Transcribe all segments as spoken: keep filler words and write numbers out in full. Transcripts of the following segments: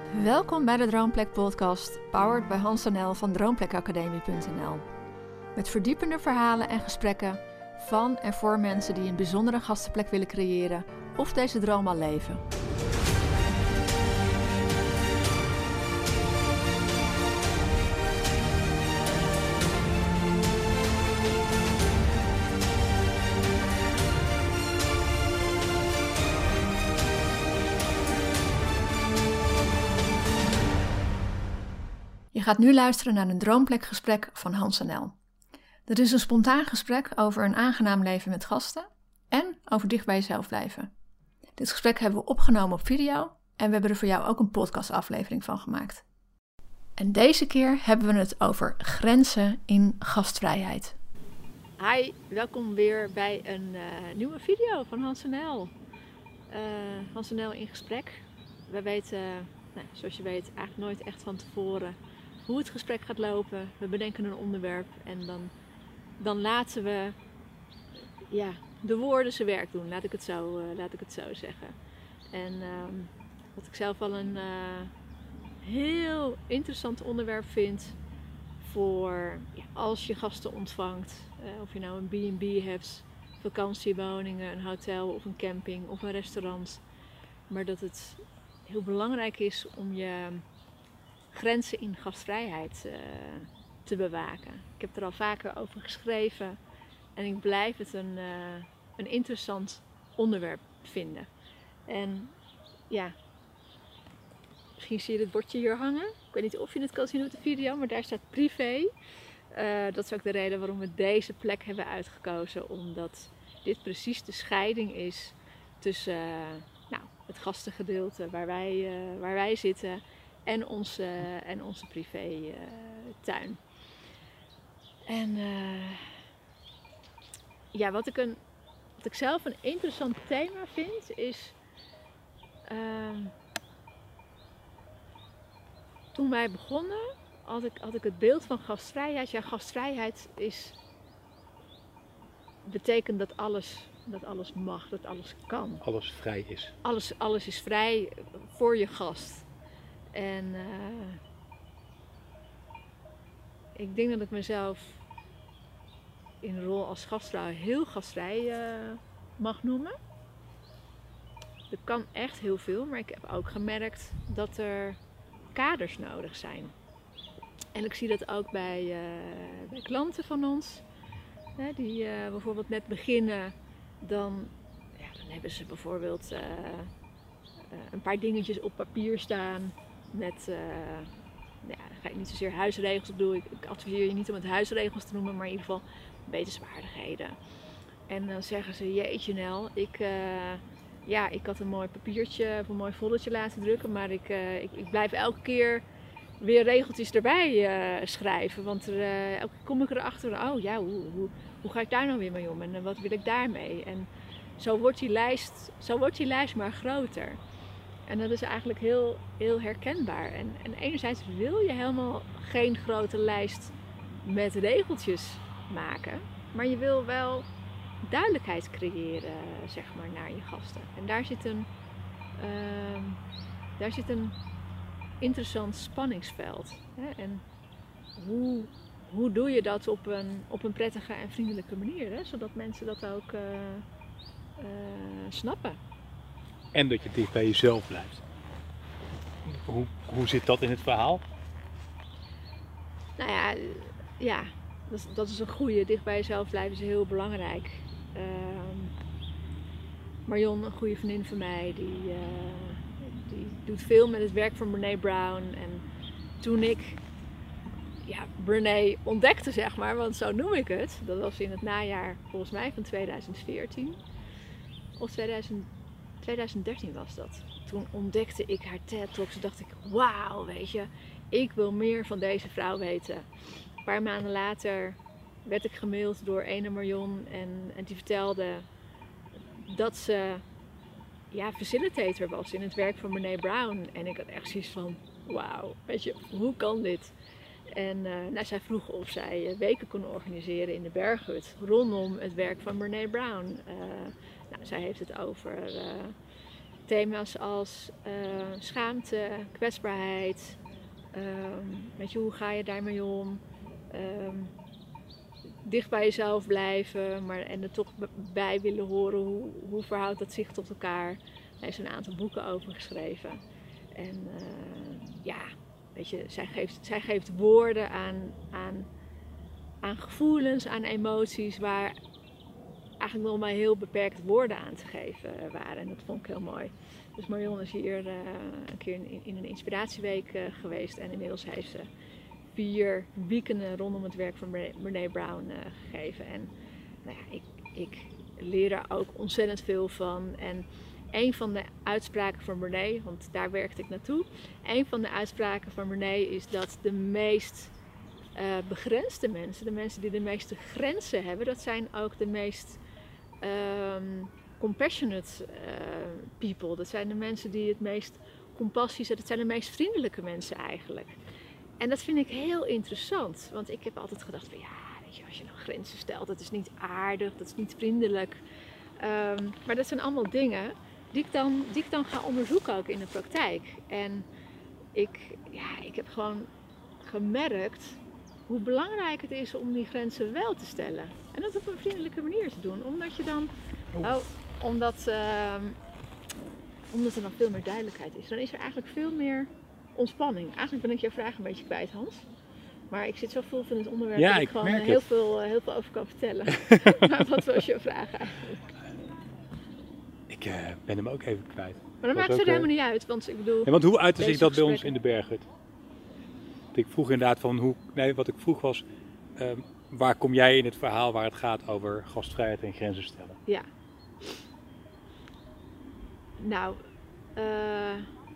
Welkom bij de Droomplek podcast, powered bij Hans en El van droomplekacademie punt n l. Met verdiepende verhalen en gesprekken van en voor mensen die een bijzondere gastenplek willen creëren of deze droom al leven. Je gaat nu luisteren naar een droomplekgesprek van Hans en El. Dit is een spontaan gesprek over een aangenaam leven met gasten en over dicht bij jezelf blijven. Dit gesprek hebben we opgenomen op video en we hebben er voor jou ook een podcastaflevering van gemaakt. En deze keer hebben we het over grenzen in gastvrijheid. Hi, welkom weer bij een uh, nieuwe video van Hans en El. Uh, Hans en El in gesprek. We weten, uh, nou, zoals je weet, eigenlijk nooit echt van tevoren hoe het gesprek gaat lopen. We bedenken een onderwerp en dan, dan laten we ja, de woorden zijn werk doen, laat ik het zo, uh, laat ik het zo zeggen. En uh, wat ik zelf wel een uh, heel interessant onderwerp vind voor ja, als je gasten ontvangt. Uh, of je nou een B en B hebt, vakantiewoningen, een hotel of een camping of een restaurant. Maar dat het heel belangrijk is om je grenzen in gastvrijheid uh, te bewaken. Ik heb er al vaker over geschreven en ik blijf het een, uh, een interessant onderwerp vinden. En ja, misschien zie je dit bordje hier hangen. Ik weet niet of je het kan zien op de video, maar daar staat privé. Uh, dat is ook de reden waarom we deze plek hebben uitgekozen, omdat dit precies de scheiding is tussen uh, nou, het gastengedeelte waar wij, uh, waar wij zitten en onze, en onze privé uh, tuin. En uh, ja, wat ik, een, wat ik zelf een interessant thema vind is uh, toen wij begonnen had ik, had ik het beeld van gastvrijheid. Ja, gastvrijheid is, betekent dat alles, dat alles mag, dat alles kan. Alles vrij is. Alles, alles is vrij voor je gast. En uh, ik denk dat ik mezelf in een rol als gastvrouw heel gastvrij uh, mag noemen. Er kan echt heel veel, maar ik heb ook gemerkt dat er kaders nodig zijn. En ik zie dat ook bij, uh, bij klanten van ons, hè, die uh, bijvoorbeeld net beginnen. Dan, ja, dan hebben ze bijvoorbeeld uh, uh, een paar dingetjes op papier staan. Met, uh, ja, daar ga ik niet zozeer huisregels op doen. Ik, ik adviseer je niet om het huisregels te noemen, maar in ieder geval wetenswaardigheden. En dan zeggen ze, jeetje Nel, ik, uh, ja, ik had een mooi papiertje of een mooi foldertje laten drukken, maar ik, uh, ik, ik blijf elke keer weer regeltjes erbij uh, schrijven. Want er, uh, elke keer kom ik erachter, oh ja, hoe, hoe, hoe ga ik daar nou weer mee om en uh, wat wil ik daarmee? En zo wordt die lijst, zo wordt die lijst maar groter. En dat is eigenlijk heel, heel herkenbaar. En, en enerzijds wil je helemaal geen grote lijst met regeltjes maken. Maar je wil wel duidelijkheid creëren, zeg maar, naar je gasten. En daar zit een, uh, daar zit een interessant spanningsveld. Hè? En hoe, hoe doe je dat op een, op een prettige en vriendelijke manier? Hè? Zodat mensen dat ook uh, uh, snappen. En dat je dicht bij jezelf blijft. Hoe, hoe zit dat in het verhaal? Nou ja, ja dat, is, dat is een goede. Dicht bij jezelf blijven is heel belangrijk. Uh, Marion, een goede vriendin van mij, die, uh, die doet veel met het werk van Brené Brown. En toen ik ja, Brené ontdekte, zeg maar, want zo noem ik het. Dat was in het najaar volgens mij van tweeduizend veertien. Of tweeduizend, tweeduizend dertien was dat. Toen ontdekte ik haar TED-talks. Toen dacht ik, wauw, weet je, ik wil meer van deze vrouw weten. Een paar maanden later werd ik gemaild door ene Marion. En, en die vertelde dat ze ja, facilitator was in het werk van Brené Brown. En ik had echt zoiets van, wauw, weet je, hoe kan dit? En uh, nou, zij vroeg of zij uh, weken kon organiseren in de Berghut rondom het werk van Brené Brown. Uh, nou, zij heeft het over uh, thema's als uh, schaamte, kwetsbaarheid, um, weet je, hoe ga je daarmee om, um, dicht bij jezelf blijven, maar en er toch bij willen horen, hoe, hoe verhoudt dat zich tot elkaar. Daar heeft ze een aantal boeken over geschreven. En uh, ja, weet je, zij geeft, zij geeft woorden aan, aan, aan gevoelens, aan emoties waar eigenlijk nog maar heel beperkt woorden aan te geven waren. En dat vond ik heel mooi. Dus Marion is hier uh, een keer in, in een inspiratieweek uh, geweest. En inmiddels heeft ze vier weekenden rondom het werk van Brené Brown uh, gegeven. En nou ja, ik, ik leer daar ook ontzettend veel van. En een van de uitspraken van Brené, want daar werkte ik naartoe. Een van de uitspraken van Brené is dat de meest uh, begrensde mensen, de mensen die de meeste grenzen hebben, dat zijn ook de meest Um, compassionate uh, people. Dat zijn de mensen die het meest compassie zetten. Dat zijn de meest vriendelijke mensen eigenlijk. En dat vind ik heel interessant. Want ik heb altijd gedacht van ja, weet je, als je nou grenzen stelt, dat is niet aardig, dat is niet vriendelijk. Um, maar dat zijn allemaal dingen die ik, dan, die ik dan ga onderzoeken ook in de praktijk. En ik, ja, ik heb gewoon gemerkt hoe belangrijk het is om die grenzen wel te stellen. En dat op een vriendelijke manier te doen. Omdat je dan... Oh, omdat, uh, omdat er dan veel meer duidelijkheid is. Dan is er eigenlijk veel meer ontspanning. Eigenlijk ben ik jouw vraag een beetje kwijt, Hans. Maar ik zit zo vol van het onderwerp ja, dat ik, ik gewoon heel veel, heel veel over kan vertellen. Maar wat was jouw vraag eigenlijk? Ik uh, ben hem ook even kwijt. Maar dat maakt het er helemaal niet uit. Want, ik bedoel, ja, want hoe uitte zich dat gesprekken... bij ons in de berghut? Ik vroeg inderdaad van hoe... Nee, wat ik vroeg was... Um, waar kom jij in het verhaal waar het gaat over gastvrijheid en grenzen stellen? Ja. Nou... Uh,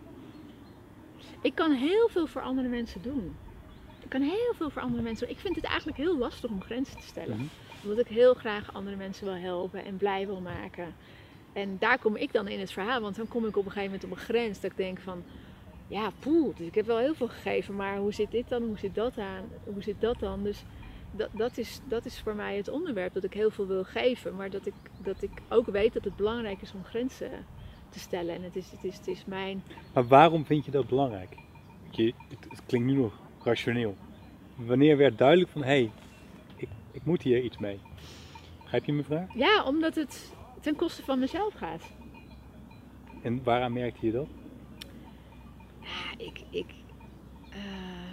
ik kan heel veel voor andere mensen doen. Ik kan heel veel voor andere mensen doen. Ik vind het eigenlijk heel lastig om grenzen te stellen. Mm-hmm. Omdat ik heel graag andere mensen wil helpen en blij wil maken. En daar kom ik dan in het verhaal. Want dan kom ik op een gegeven moment op een grens dat ik denk van... Ja, poeh, dus ik heb wel heel veel gegeven, maar hoe zit dit dan? Hoe zit dat aan? Hoe zit dat dan? Dus dat, dat, is, dat is voor mij het onderwerp, dat ik heel veel wil geven, maar dat ik, dat ik ook weet dat het belangrijk is om grenzen te stellen. En het is, het is, het is mijn... Maar waarom vind je dat belangrijk? Je, het, het klinkt nu nog rationeel. Wanneer werd duidelijk van, hé, hey, ik, ik moet hier iets mee? Begrijp je mijn vraag? Ja, omdat het ten koste van mezelf gaat. En waaraan merkte je dat? Ja, ik... ik uh...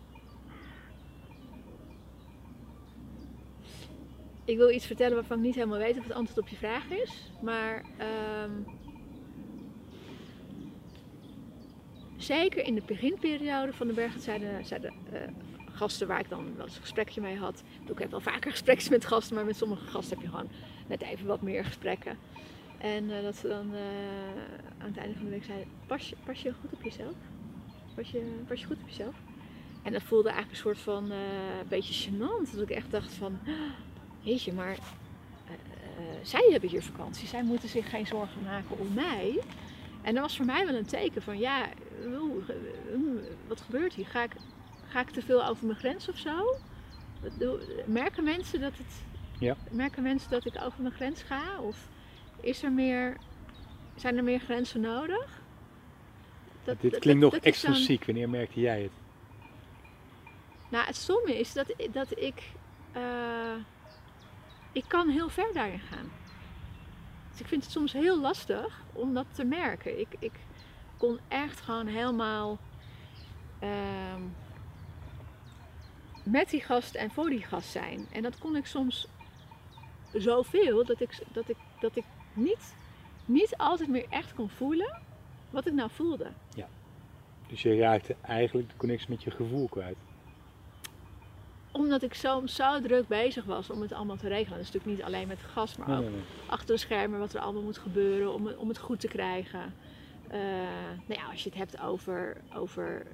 Ik wil iets vertellen waarvan ik niet helemaal weet of het antwoord op je vraag is. Maar... Um... Zeker in de beginperiode van de berghut zeiden, zeiden uh, gasten waar ik dan wel eens een gesprekje mee had. Ik heb wel vaker gesprekjes met gasten, maar met sommige gasten heb je gewoon net even wat meer gesprekken. En uh, dat ze dan uh, aan het einde van de week zeiden, pas je, pas je goed op jezelf? Pas je, pas je goed op jezelf? En dat voelde eigenlijk een soort van uh, een beetje gênant. Dat ik echt dacht van, jeetje, maar uh, uh, zij hebben hier vakantie. Zij moeten zich geen zorgen maken om mij. En dat was voor mij wel een teken van, ja, wat gebeurt hier? Ga ik, ga ik te veel over mijn grens of zo? Merken mensen dat het, ja. merken mensen dat ik over mijn grens ga? Of is er meer, zijn er meer grenzen nodig? Dat, dit klinkt dat, nog dat extra dan... ziek. Wanneer merkte jij het? Nou, het stomme is dat, dat ik, uh, ik kan heel ver daarin gaan. Dus ik vind het soms heel lastig om dat te merken. Ik, ik kon echt gewoon helemaal uh, met die gast en voor die gast zijn. En dat kon ik soms zoveel dat ik, dat ik, dat ik niet, niet altijd meer echt kon voelen wat ik nou voelde. Ja. Dus je raakte eigenlijk de connectie met je gevoel kwijt. Omdat ik zo, zo druk bezig was om het allemaal te regelen. Dat is natuurlijk niet alleen met de gast, maar ook nee, nee, nee. achter de schermen wat er allemaal moet gebeuren om, om het goed te krijgen. Uh, nou ja, als je het hebt over, over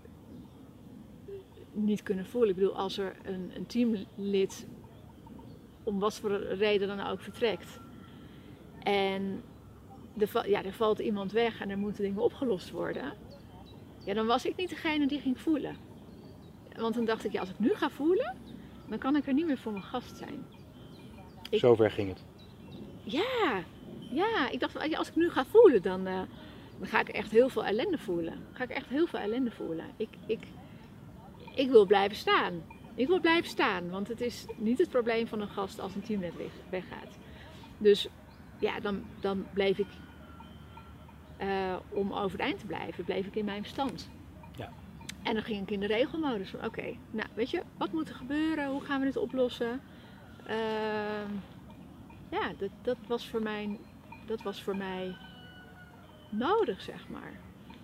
niet kunnen voelen. Ik bedoel, als er een, een teamlid om wat voor reden dan ook vertrekt. En er, ja, er valt iemand weg en er moeten dingen opgelost worden. Ja, dan was ik niet degene die ging voelen. Want dan dacht ik, ja, als ik nu ga voelen, dan kan ik er niet meer voor mijn gast zijn. Ik... Zover ging het. Ja, ja, ik dacht, als ik nu ga voelen, dan, uh, dan ga ik echt heel veel ellende voelen. Dan ga ik echt heel veel ellende voelen. Ik, ik, ik wil blijven staan. Ik wil blijven staan, want het is niet het probleem van een gast als een teamlid weggaat. Dus ja, dan, dan bleef ik, uh, om overeind te blijven, bleef ik in mijn verstand. Ja. En dan ging ik in de regelmodus van, oké, okay, nou weet je, wat moet er gebeuren? Hoe gaan we dit oplossen? Uh, ja, dat, dat, was voor mij, dat was voor mij nodig, zeg maar.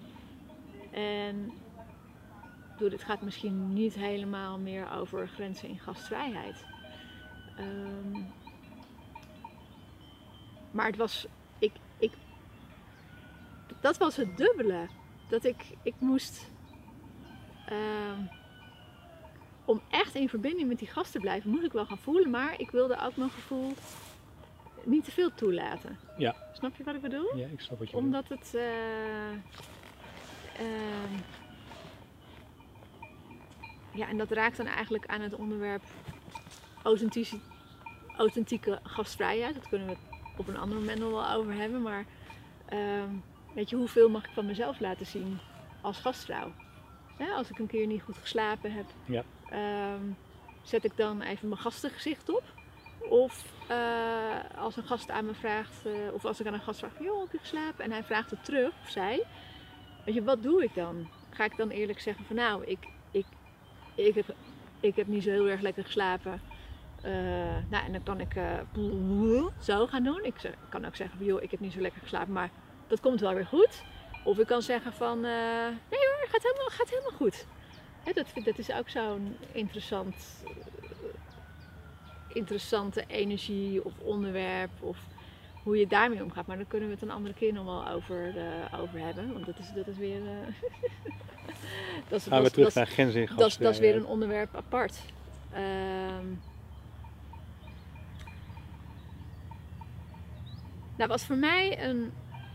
En door dit gaat misschien niet helemaal meer over grenzen in gastvrijheid. Um, maar het was, ik, ik, dat was het dubbele. Dat ik, ik moest, um, om echt in verbinding met die gast te blijven, moest ik wel gaan voelen. Maar ik wilde ook mijn gevoel niet te veel toelaten. Ja. Snap je wat ik bedoel? Ja, ik snap wat je Omdat bedoelt. het... Uh, uh, ja, en dat raakt dan eigenlijk aan het onderwerp authentieke gastvrijheid. Dat kunnen we het op een ander moment nog wel over hebben. Maar uh, weet je, hoeveel mag ik van mezelf laten zien als gastvrouw? Ja, als ik een keer niet goed geslapen heb, ja. uh, zet ik dan even mijn gastengezicht op? Of uh, als een gast aan me vraagt, uh, of als ik aan een gast vraag, joh, heb je geslapen? En hij vraagt het terug, of zij. Weet je, wat doe ik dan? Ga ik dan eerlijk zeggen van nou, ik, ik, ik, heb, ik heb niet zo heel erg lekker geslapen. Uh, nou, en dan kan ik uh, zo gaan doen. Ik kan ook zeggen van joh, ik heb niet zo lekker geslapen, maar dat komt wel weer goed. Of ik kan zeggen van, uh, nee hoor, gaat helemaal, gaat helemaal goed. Hè, dat, dat is ook zo'n interessant... interessante energie of onderwerp of hoe je daarmee omgaat. Maar daar kunnen we het een andere keer nog wel over, uh, over hebben. Want dat is, dat is weer... Uh, dat is, Gaan we dat, terug dat, naar grenzen in gastvrijheid. Dat, dat is weer een onderwerp apart. Um, nou, was voor mij een...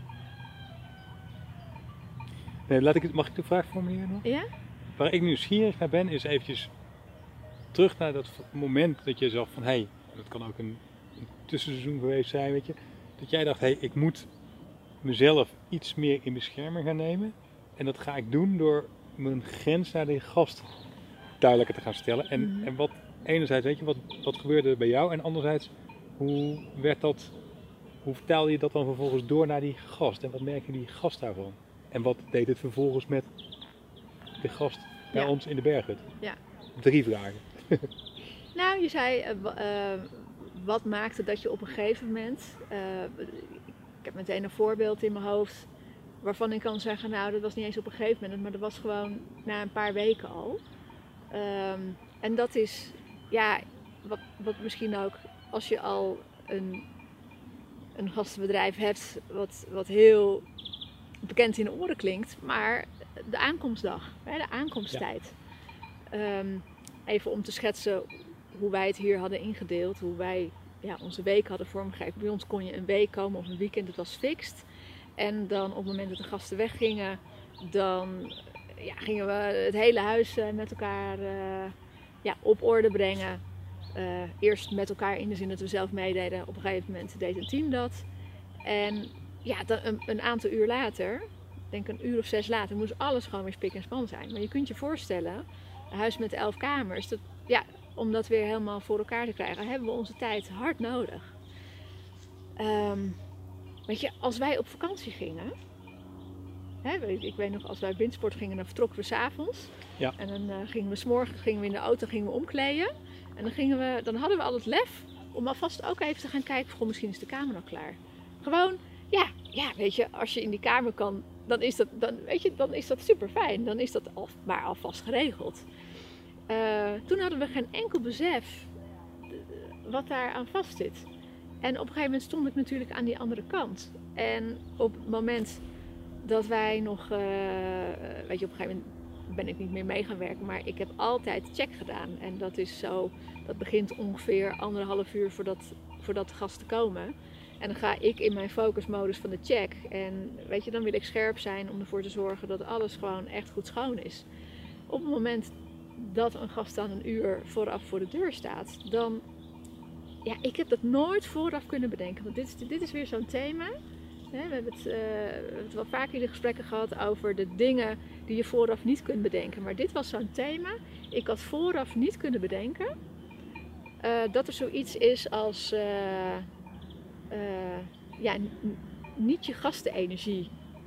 Nee, laat ik het, mag ik de vraag formuleren nog? Ja? Waar ik nieuwsgierig naar ben, is eventjes terug naar dat moment dat je zag van hé, hey, dat kan ook een, een tussenseizoen geweest zijn, weet je. Dat jij dacht, hé, hey, ik moet mezelf iets meer in bescherming gaan nemen. En dat ga ik doen door mijn grens naar de gast duidelijker te gaan stellen. En, mm-hmm. en wat enerzijds, weet je, wat, wat gebeurde er bij jou? En anderzijds, hoe werd dat, hoe vertaalde je dat dan vervolgens door naar die gast? En wat merkte die gast daarvan? En wat deed het vervolgens met de gast bij ja. ons in de berghut? Ja. Drie vragen. Nou, je zei, uh, uh, wat maakte dat je op een gegeven moment, uh, ik heb meteen een voorbeeld in mijn hoofd, waarvan ik kan zeggen, nou dat was niet eens op een gegeven moment, maar dat was gewoon na een paar weken al. Um, en dat is, ja, wat, wat misschien ook, als je al een, een gastenbedrijf hebt, wat, wat heel bekend in de oren klinkt, maar de aankomstdag, hè, de aankomsttijd. Ja. Um, Even om te schetsen hoe wij het hier hadden ingedeeld, hoe wij ja, onze week hadden vormgegeven. Bij ons kon je een week komen of een weekend, het was fixed. En dan op het moment dat de gasten weggingen, dan ja, gingen we het hele huis met elkaar uh, ja, op orde brengen. Uh, eerst met elkaar in de zin dat we zelf meededen. Op een gegeven moment deed een team dat. En ja, dan een, een aantal uur later, ik denk een uur of zes later, moest alles gewoon weer spik en span zijn. Maar je kunt je voorstellen, een huis met elf kamers, dat, ja, om dat weer helemaal voor elkaar te krijgen, hebben we onze tijd hard nodig. Um, weet je, als wij op vakantie gingen, hè, ik weet nog, als wij windsport gingen, dan vertrokken we 's avonds. Ja. En dan uh, gingen we 's morgens gingen we in de auto gingen we omkleden. En dan, gingen we, dan hadden we al het lef om alvast ook even te gaan kijken, goh, misschien is de kamer nog klaar. Gewoon, ja, ja, weet je, als je in die kamer kan, dan is dat, dan, weet je, dan is dat super fijn. Dan is dat al, maar alvast geregeld. Uh, toen hadden we geen enkel besef wat daar aan vast zit. En op een gegeven moment stond ik natuurlijk aan die andere kant. En op het moment dat wij nog, uh, weet je, op een gegeven moment ben ik niet meer mee gaan werken, maar ik heb altijd check gedaan. En dat is zo, dat begint ongeveer anderhalf uur voordat, voordat de gasten komen. En dan ga ik in mijn focusmodus van de check. En weet je, dan wil ik scherp zijn om ervoor te zorgen dat alles gewoon echt goed schoon is. Op het moment dat een gast dan een uur vooraf voor de deur staat, dan ja, ik heb dat nooit vooraf kunnen bedenken. Want dit is, dit is weer zo'n thema. Hè, we hebben het, uh, we hebben het wel vaker in de gesprekken gehad over de dingen die je vooraf niet kunt bedenken. Maar dit was zo'n thema. Ik had vooraf niet kunnen bedenken uh, dat er zoiets is als uh, uh, ja, n- niet je gastenenergie.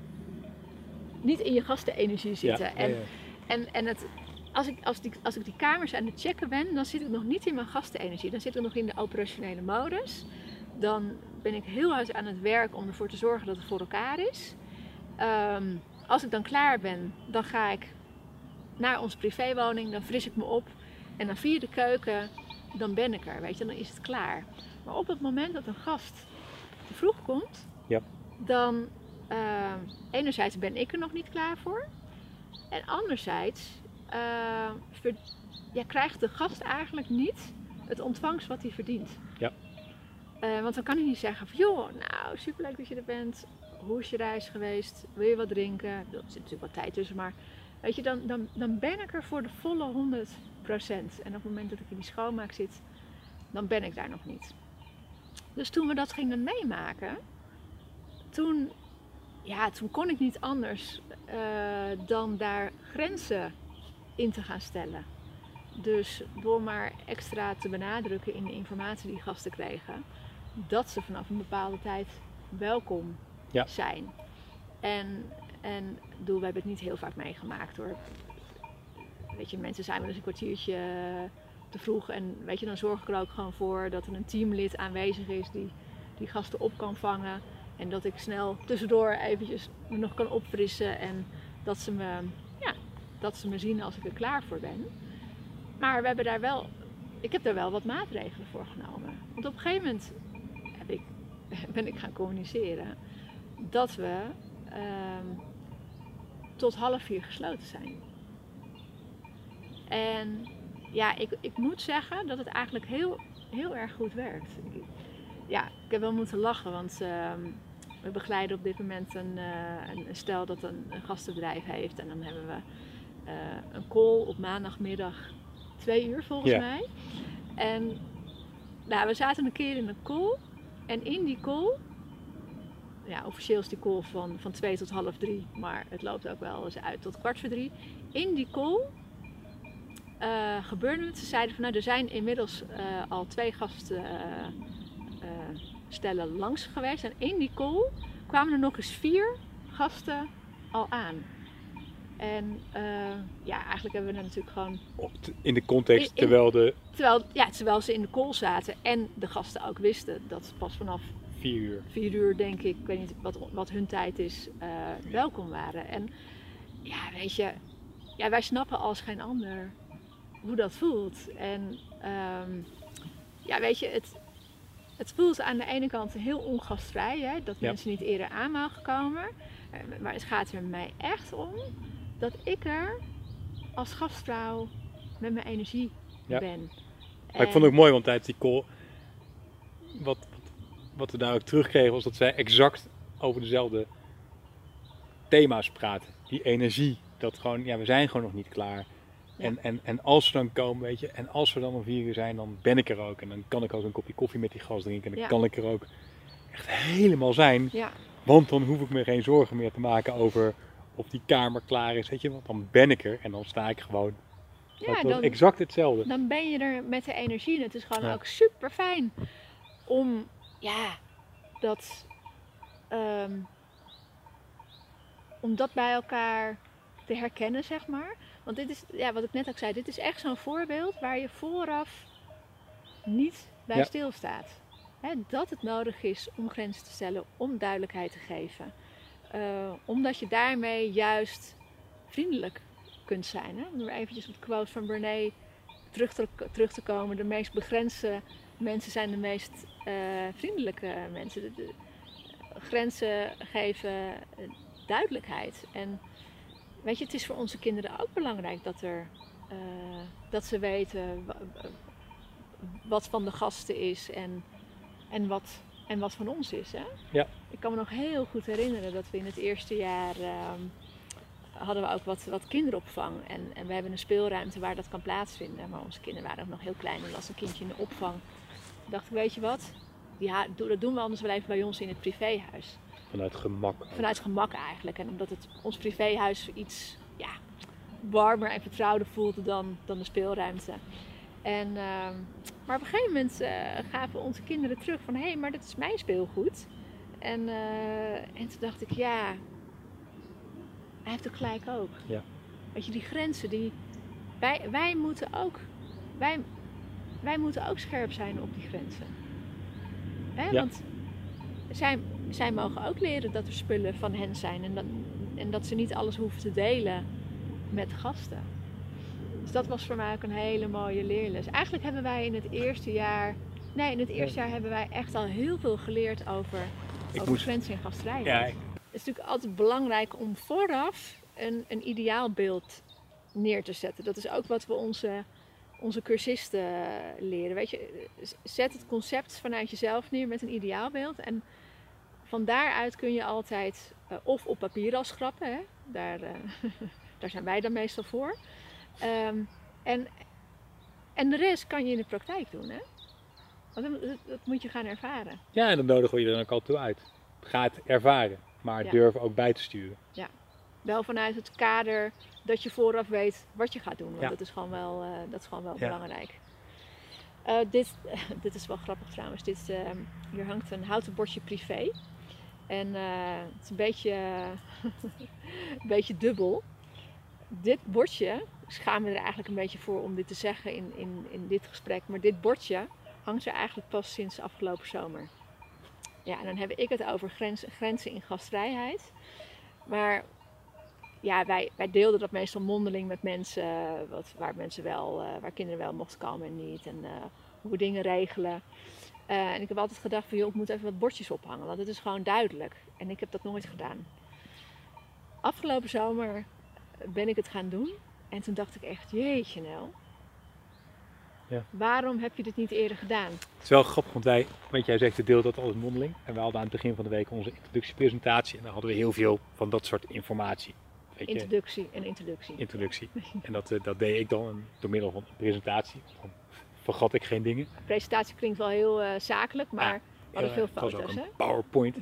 Niet in je gastenenergie zitten. Ja, en, ja, ja. en, en het, als, ik, als, die, als ik die kamers aan het checken ben, dan zit ik nog niet in mijn gastenenergie. Dan zit ik nog in de operationele modus. Dan ben ik heel hard aan het werk om ervoor te zorgen dat het voor elkaar is. Um, als ik dan klaar ben, dan ga ik naar onze privéwoning, dan fris ik me op. En dan via de keuken, dan ben ik er, weet je, dan is het klaar. Maar op het moment dat een gast te vroeg komt, Ja. dan uh, enerzijds ben ik er nog niet klaar voor. En anderzijds uh, ver, ja, krijgt de gast eigenlijk niet het ontvangst wat hij verdient. Ja. Uh, want dan kan hij niet zeggen van, joh, nou superleuk dat je er bent. Hoe is je reis geweest? Wil je wat drinken? Er zit natuurlijk wat tijd tussen, maar weet je, dan, dan, dan ben ik er voor de volle honderd procent. En op het moment dat ik in die schoonmaak zit, dan ben ik daar nog niet. Dus toen we dat gingen meemaken, toen, ja, toen kon ik niet anders uh, dan daar grenzen in te gaan stellen. Dus door maar extra te benadrukken in de informatie die gasten kregen, dat ze vanaf een bepaalde tijd welkom ja. zijn. En, en bedoel, we hebben het niet heel vaak meegemaakt hoor. Weet je, mensen zijn wel eens een kwartiertje te vroeg en weet je, dan zorg ik er ook gewoon voor dat er een teamlid aanwezig is die die gasten op kan vangen. En dat ik snel tussendoor eventjes me nog kan opfrissen en dat ze me, ja, dat ze me zien als ik er klaar voor ben. Maar we hebben daar wel, ik heb daar wel wat maatregelen voor genomen. Want op een gegeven moment heb ik, ben ik gaan communiceren dat we uh, tot half vier gesloten zijn. En ja, ik, ik moet zeggen dat het eigenlijk heel, heel erg goed werkt. Ik, ja, ik heb wel moeten lachen, want uh, we begeleiden op dit moment een, uh, een, een stel dat een, een gastenbedrijf heeft. En dan hebben we uh, een call op maandagmiddag. Twee uur volgens ja. mij. En nou, we zaten een keer in een call. En in die call, ja, officieel is die call van, van twee tot half drie, maar het loopt ook wel eens uit tot kwart voor drie. In die call uh, gebeurde het. Ze zeiden van nou, er zijn inmiddels uh, al twee gasten uh, uh, stellen langs geweest. En in die call kwamen er nog eens vier gasten al aan. En uh, ja, eigenlijk hebben we er natuurlijk gewoon... In de context, in, in, terwijl de... Terwijl, ja, terwijl ze in de call zaten en de gasten ook wisten dat ze pas vanaf... Vier uur. Vier uur, denk ik, ik weet niet wat, wat hun tijd is, uh, welkom waren. En ja, weet je, ja, wij snappen als geen ander hoe dat voelt. En um, ja, weet je, het, het voelt aan de ene kant heel ongastvrij, hè, dat ja. mensen niet eerder aan mogen komen. Uh, maar het gaat er mij echt om dat ik er als gastvrouw met mijn energie ja. ben. Maar en... ik vond het ook mooi, want tijdens die call, wat, wat we daar ook terugkregen, was dat zij exact over dezelfde thema's praten. Die energie, dat gewoon, ja, we zijn gewoon nog niet klaar. Ja. En, en, en als we dan komen, weet je, en als we dan om vier uur zijn, dan ben ik er ook. En dan kan ik ook een kopje koffie met die gast drinken. En dan ja. kan ik er ook echt helemaal zijn. Ja. Want dan hoef ik me geen zorgen meer te maken over of die kamer klaar is, weet je. Want dan ben ik er en dan sta ik gewoon. Ja, dan, exact hetzelfde. Dan ben je er met de energie. En het is gewoon ja. ook super fijn om, ja, dat, um, om dat bij elkaar te herkennen, zeg maar. Want dit is, ja, wat ik net ook zei, dit is echt zo'n voorbeeld waar je vooraf niet bij ja. stilstaat. He, dat het nodig is om grenzen te stellen, om duidelijkheid te geven. Uh, omdat je daarmee juist vriendelijk kunt zijn. Hè? Om er eventjes op de quote van Brené terug te, terug te komen. De meest begrensde mensen zijn de meest uh, vriendelijke mensen. De, de, grenzen geven uh, duidelijkheid. En weet je, het is voor onze kinderen ook belangrijk dat, er, uh, dat ze weten wat van de gasten is en, en, wat, en wat van ons is. Hè? Ja. Ik kan me nog heel goed herinneren dat we in het eerste jaar uh, hadden we ook wat, wat kinderopvang. En, en we hebben een speelruimte waar dat kan plaatsvinden. Maar onze kinderen waren ook nog heel klein. En als een kindje in de opvang Toen dacht ik, weet je wat, ja, dat doen we anders wel even bij ons in het privéhuis. Vanuit gemak. Vanuit gemak eigenlijk. En omdat het ons privéhuis iets ja, warmer en vertrouwder voelde dan, dan de speelruimte. En, uh, maar op een gegeven moment uh, gaven onze kinderen terug van, hé, hey, maar dat is mijn speelgoed. En, uh, en toen dacht ik, ja, hij heeft ook gelijk ook. Ja. Weet je, die grenzen, die, wij, wij, moeten ook, wij, wij moeten ook scherp zijn op die grenzen. Hè? Ja. Want zij, zij mogen ook leren dat er spullen van hen zijn. En dat, en dat ze niet alles hoeven te delen met gasten. Dus dat was voor mij ook een hele mooie leerles. Eigenlijk hebben wij in het eerste jaar... Nee, in het eerste jaar hebben wij echt al heel veel geleerd over, over moest... grenzen en gastvrijheid. Ja, ik... Het is natuurlijk altijd belangrijk om vooraf een, een ideaalbeeld neer te zetten. Dat is ook wat we onze, onze cursisten leren. Weet je, zet het concept vanuit jezelf neer met een ideaalbeeld. En van daaruit kun je altijd uh, of op papier al schrappen. Hè? Daar, uh, daar zijn wij dan meestal voor. Um, en, en de rest kan je in de praktijk doen. Hè? Want dat, dat, dat moet je gaan ervaren. Ja, en dan nodigen we je er ook altijd toe uit. Ga het ervaren, maar ja. durf ook bij te sturen. Ja, wel vanuit het kader dat je vooraf weet wat je gaat doen. Want ja. dat is gewoon wel, uh, dat is gewoon wel ja. belangrijk. Uh, dit, uh, dit is wel grappig trouwens. Dit, uh, hier hangt een houten bordje privé. En uh, het is een beetje, een beetje dubbel. Dit bordje, ik schaam me er eigenlijk een beetje voor om dit te zeggen in, in, in dit gesprek. Maar dit bordje hangt er eigenlijk pas sinds afgelopen zomer. Ja, en dan heb ik het over grens, grenzen in gastvrijheid. Maar ja, wij, wij deelden dat meestal mondeling met mensen, wat, waar mensen wel, uh, waar kinderen wel mochten komen en niet. En uh, hoe we dingen regelen. Uh, en ik heb altijd gedacht van, joh, ik moet even wat bordjes ophangen, want het is gewoon duidelijk. En ik heb dat nooit gedaan. Afgelopen zomer ben ik het gaan doen. En toen dacht ik echt, jeetje Nel. Ja. Waarom heb je dit niet eerder gedaan? Het is wel grappig, want wij, want jij zegt, de deel dat alles mondeling. En we hadden aan het begin van de week onze introductiepresentatie. En daar hadden we heel veel van dat soort informatie. Weet je, introductie en introductie. Introductie. En dat, dat deed ik dan door middel van een presentatie. Dan vergat ik geen dingen. De presentatie klinkt wel heel uh, zakelijk, maar ja, we hadden veel foto's. Het was ook hè? een PowerPoint.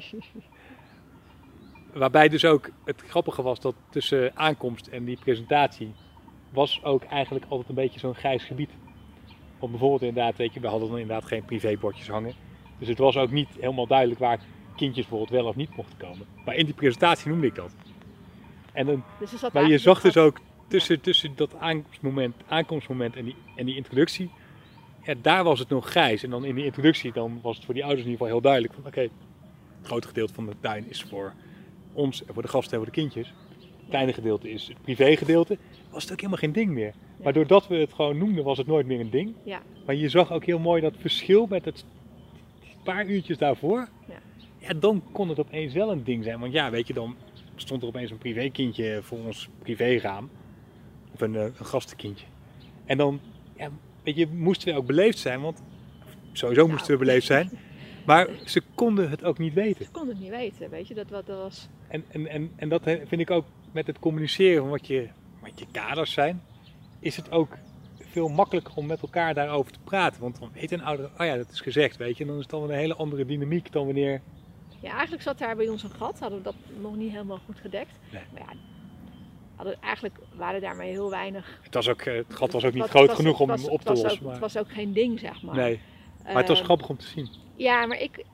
Waarbij dus ook het grappige was dat tussen aankomst en die presentatie was ook eigenlijk altijd een beetje zo'n grijs gebied. Want bijvoorbeeld inderdaad, weet je, we hadden dan inderdaad geen privébordjes hangen. Dus het was ook niet helemaal duidelijk waar kindjes bijvoorbeeld wel of niet mochten komen. Maar in die presentatie noemde ik dat. En dan, dus maar je zag dus ook tussen, tussen dat aankomstmoment, aankomstmoment en, die, en die introductie, ja, daar was het nog grijs. En dan in die introductie dan was het voor die ouders in ieder geval heel duidelijk van oké, okay, het grote gedeelte van de tuin is voor ons en voor de gasten en voor de kindjes. Het kleine gedeelte is het privégedeelte. Was het ook helemaal geen ding meer. Ja. Maar doordat we het gewoon noemden was het nooit meer een ding. Ja. Maar je zag ook heel mooi dat verschil met het paar uurtjes daarvoor. Ja. Ja, dan kon het opeens wel een ding zijn. Want ja, weet je, dan stond er opeens een privékindje voor ons privéraam. Of een, een gastenkindje. En dan, ja, weet je, moesten we ook beleefd zijn. Want sowieso nou. moesten we beleefd zijn. Maar ze konden het ook niet weten. Ze konden het niet weten, weet je. Dat, wat, dat was... En, en, en, en dat vind ik ook met het communiceren van wat je, wat je kaders zijn. Is het ook veel makkelijker om met elkaar daarover te praten. Want dan weet een ouder, oh ja, dat is gezegd, weet je. En dan is het dan een hele andere dynamiek dan wanneer... Ja, eigenlijk zat daar bij ons een gat. Hadden we dat nog niet helemaal goed gedekt. Nee. Maar ja, hadden, eigenlijk waren daarmee heel weinig... Het, was ook, het gat was ook niet het, groot was, genoeg om was, hem op te lossen. lossen. Ook, maar... Het was ook geen ding, zeg maar. Nee, maar het was uh, grappig om te zien. Ja, maar ik,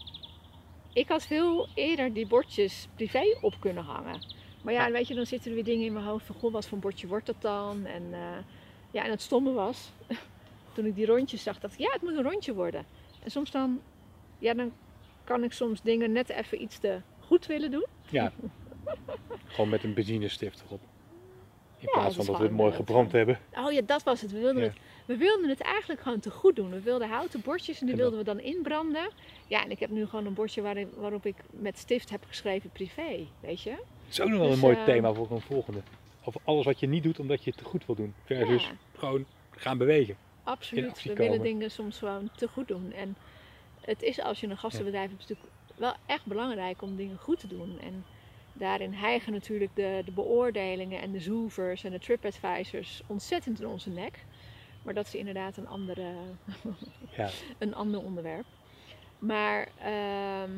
ik had veel eerder die bordjes privé op kunnen hangen. Maar ja, ja, weet je, dan zitten er weer dingen in mijn hoofd van, goh, wat voor een bordje wordt dat dan? En, uh, ja, en het stomme was, toen ik die rondjes zag, dacht ik, ja, het moet een rondje worden. En soms dan, ja, dan kan ik soms dingen net even iets te goed willen doen. Ja, gewoon met een benzinestift erop. In ja, plaats van dat we het mooi gebrand hebben. Oh ja, dat was het. We wilden, ja. het. we wilden het eigenlijk gewoon te goed doen. We wilden houten bordjes en die Genau. wilden we dan inbranden. Ja, en ik heb nu gewoon een bordje waarin, waarop ik met stift heb geschreven privé, weet je. Dat is ook nog wel dus, een mooi uh, thema voor een volgende. Over alles wat je niet doet omdat je het te goed wil doen. Versus ja. gewoon gaan bewegen. Absoluut. We willen dingen soms gewoon te goed doen. En het is als je een gastenbedrijf hebt natuurlijk wel echt belangrijk om dingen goed te doen. En daarin hijgen natuurlijk de, de beoordelingen en de zoevers en de TripAdvisors ontzettend in onze nek. Maar dat is inderdaad een, andere, ja. een ander onderwerp. Maar uh,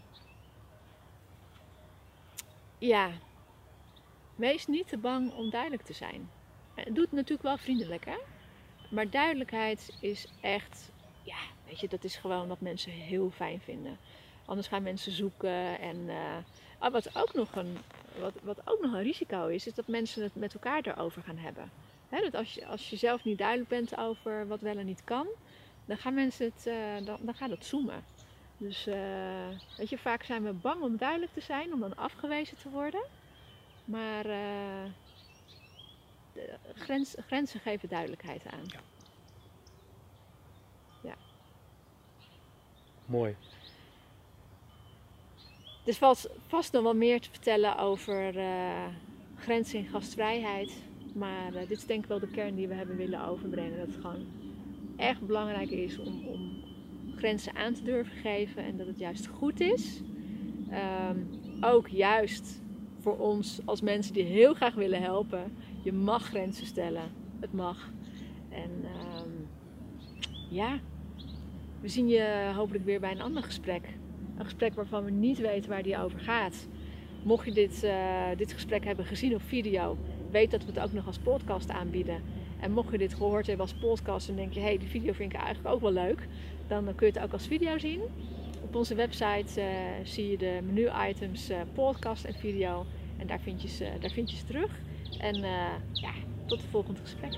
ja, wees niet te bang om duidelijk te zijn. Het doet natuurlijk wel vriendelijk, hè? Maar duidelijkheid is echt, ja, weet je, dat is gewoon wat mensen heel fijn vinden. Anders gaan mensen zoeken en uh, wat, ook nog een, wat, wat ook nog een risico is, is dat mensen het met elkaar erover gaan hebben. He, dat als je, als je zelf niet duidelijk bent over wat wel en niet kan, dan gaan mensen het, uh, dan, dan gaat het zoomen. Dus uh, weet je, vaak zijn we bang om duidelijk te zijn, om dan afgewezen te worden. Maar uh, de grens, grenzen geven duidelijkheid aan. Ja. Ja. Mooi. Er valt vast nog wel meer te vertellen over uh, grenzen en gastvrijheid. Maar uh, dit is denk ik wel de kern die we hebben willen overbrengen. Dat het gewoon echt belangrijk is om, om grenzen aan te durven geven. En dat het juist goed is. Um, ook juist voor ons als mensen die heel graag willen helpen. Je mag grenzen stellen. Het mag. En um, ja, we zien je hopelijk weer bij een ander gesprek. Een gesprek waarvan we niet weten waar die over gaat. Mocht je dit, uh, dit gesprek hebben gezien op video, weet dat we het ook nog als podcast aanbieden. En mocht je dit gehoord hebben als podcast en denk je, hé, hey, die video vind ik eigenlijk ook wel leuk, dan kun je het ook als video zien. Op onze website uh, zie je de menu-items uh, podcast en video. En daar vind je ze, daar vind je ze terug. En uh, ja, tot het volgende gesprek.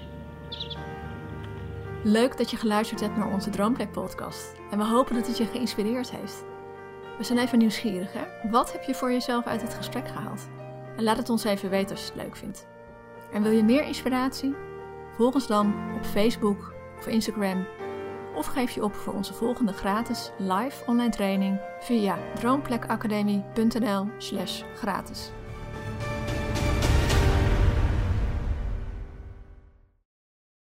Leuk dat je geluisterd hebt naar onze Droomplek podcast. En we hopen dat het je geïnspireerd heeft. We zijn even nieuwsgierig, hè? Wat heb je voor jezelf uit het gesprek gehaald? En laat het ons even weten als je het leuk vindt. En wil je meer inspiratie? Volg ons dan op Facebook of Instagram. Of geef je op voor onze volgende gratis live online training via droomplekacademie punt n l slash gratis.